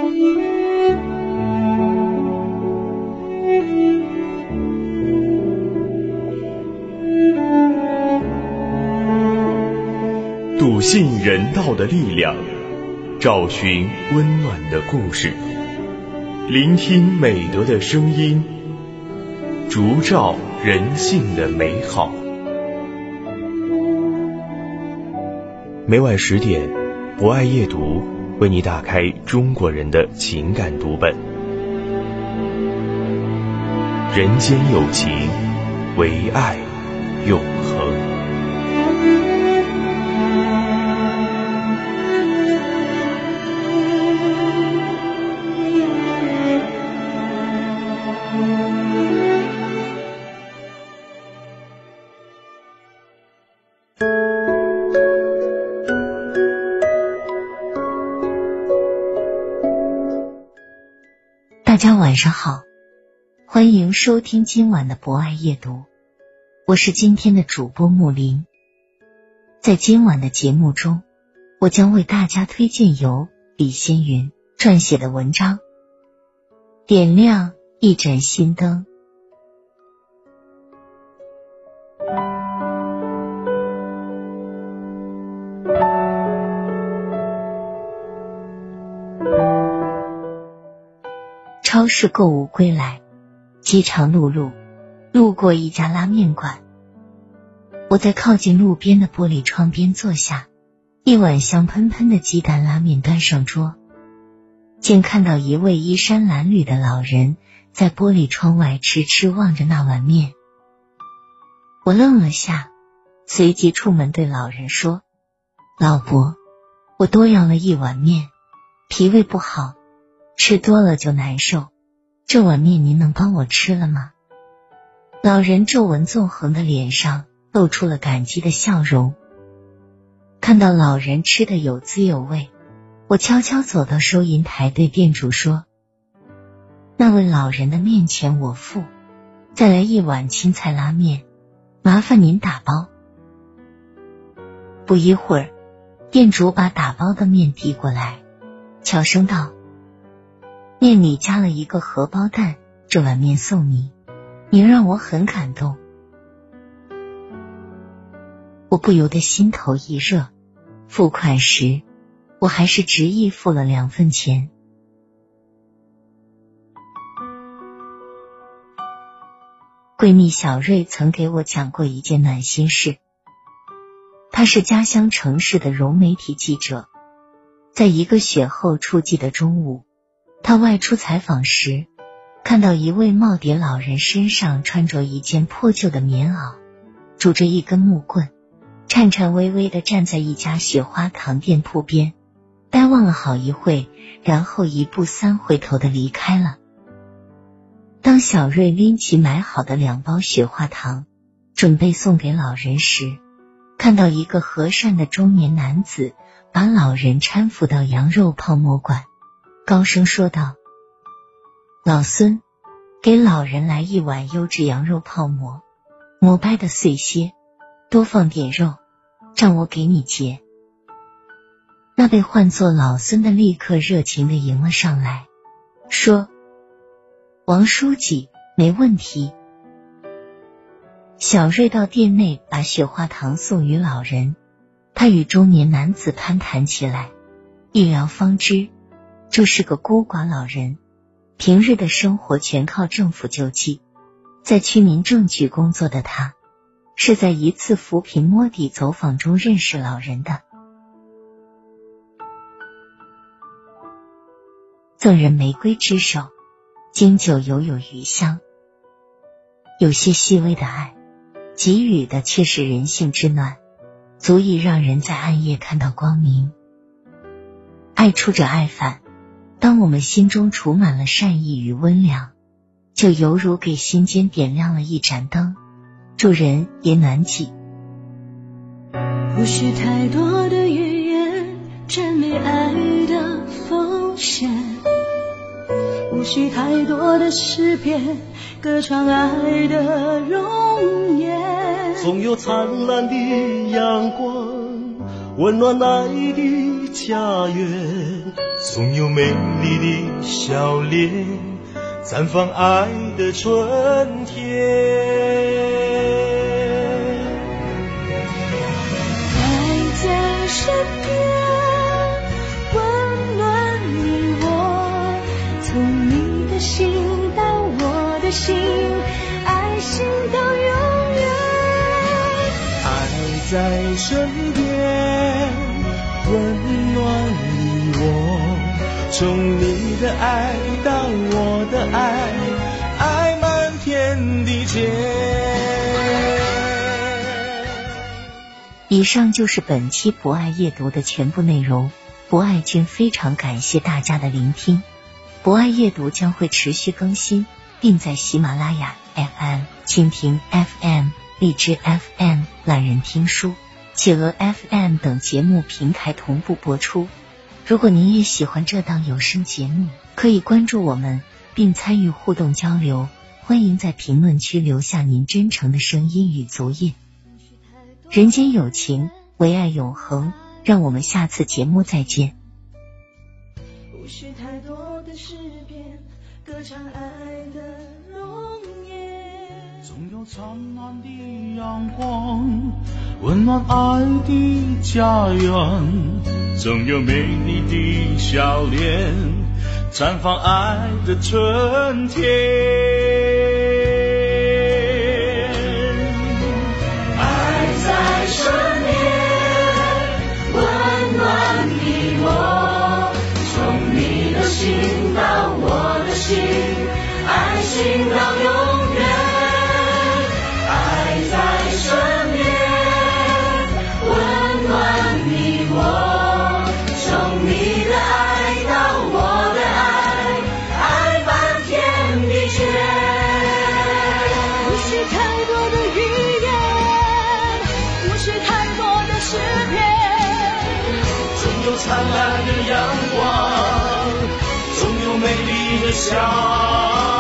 笃信人道的力量，找寻温暖的故事，聆听美德的声音，烛照人性的美好。每晚10点，博爱夜读为你打开中国人的情感读本。人间有情，唯爱永恒。 大家晚上好，欢迎收听今晚的博爱夜读，我是今天的主播木林。在今晚的节目中，我将为大家推荐由李先云撰写的文章《点亮一盏心灯》。超市购物归来，饥肠辘辘，路过一家拉面馆。我在靠近路边的玻璃窗边坐下，一碗香喷喷的鸡蛋拉面端上桌，竟看到一位衣衫褴褛的老人在玻璃窗外痴痴望着那碗面。我愣了下，随即出门对老人说：“老伯，我多要了一碗面，脾胃不好，吃多了就难受，这碗面您能帮我吃了吗？”老人皱纹纵横的脸上露出了感激的笑容。看到老人吃得有滋有味，我悄悄走到收银台对店主说：“那位老人的面钱我付，再来一碗青菜拉面，麻烦您打包。”不一会儿，店主把打包的面递过来，悄声道：“面里加了一个荷包蛋，这碗面送你，您让我很感动。”我不由得心头一热，付款时我还是执意付了2份钱。闺蜜小瑞曾给我讲过一件暖心事。她是家乡城市的融媒体记者，在一个雪后初霁的中午，他外出采访时，看到一位耄耋老人身上穿着一件破旧的棉袄，拄着一根木棍，颤颤巍巍地站在一家雪花糖店铺边，呆望了好一会，然后1步3回头地离开了。当小瑞拎起买好的2包雪花糖，准备送给老人时，看到一个和善的中年男子把老人搀扶到羊肉泡馍馆，高声说道：“老孙，给老人来一碗优质羊肉泡馍，馍掰的碎些，多放点肉，账我给你结。”那被唤作老孙的立刻热情地迎了上来，说：“王书记，没问题。”小瑞到店内把雪花糖送与老人，他与中年男子攀谈起来，一聊方知这是个孤寡老人，平日的生活全靠政府救济。在区民政局工作的他，是在一次扶贫摸底走访中认识老人的。赠人玫瑰之手，经久犹有余香。有些细微的爱，给予的却是人性之暖，足以让人在暗夜看到光明。爱出者爱返，当我们心中储满了善意与温良，就犹如给心间点亮了一盏灯，助人也暖己。 不需太多的语言证明爱的风险，无需太多的诗篇歌唱爱的容颜， 总有灿烂的阳光温暖爱的家园， 总有美丽的笑脸绽放爱的春天。 爱在身边温暖你我，从你的心到我的心，爱心到永远。 爱在身边温暖你我，从你的爱到我的爱，爱满天地间。 以上就是本期博爱夜读的全部内容，博爱君非常感谢大家的聆听。博爱夜读将会持续更新，并在喜马拉雅 FM、蜻蜓 FM、荔枝 FM、懒人听书、企鹅 FM 等节目平台同步播出。如果您也喜欢这档有声节目，可以关注我们并参与互动交流，欢迎在评论区留下您真诚的声音与足印。人间有情，唯爱永恒，让我们下次节目再见。 不需太多的诗篇，歌唱爱的浓艳。 总有灿烂的阳光温暖爱的家园，总有美丽的笑脸绽放爱的春天。爱在身边温暖你我，从你的心到我的心，爱心到永远。爱在身边温暖你我，从你的爱到我的爱，爱满天地间。 不需太多的语言，不需太多的诗篇， 总有灿烂的阳光，总有美丽的笑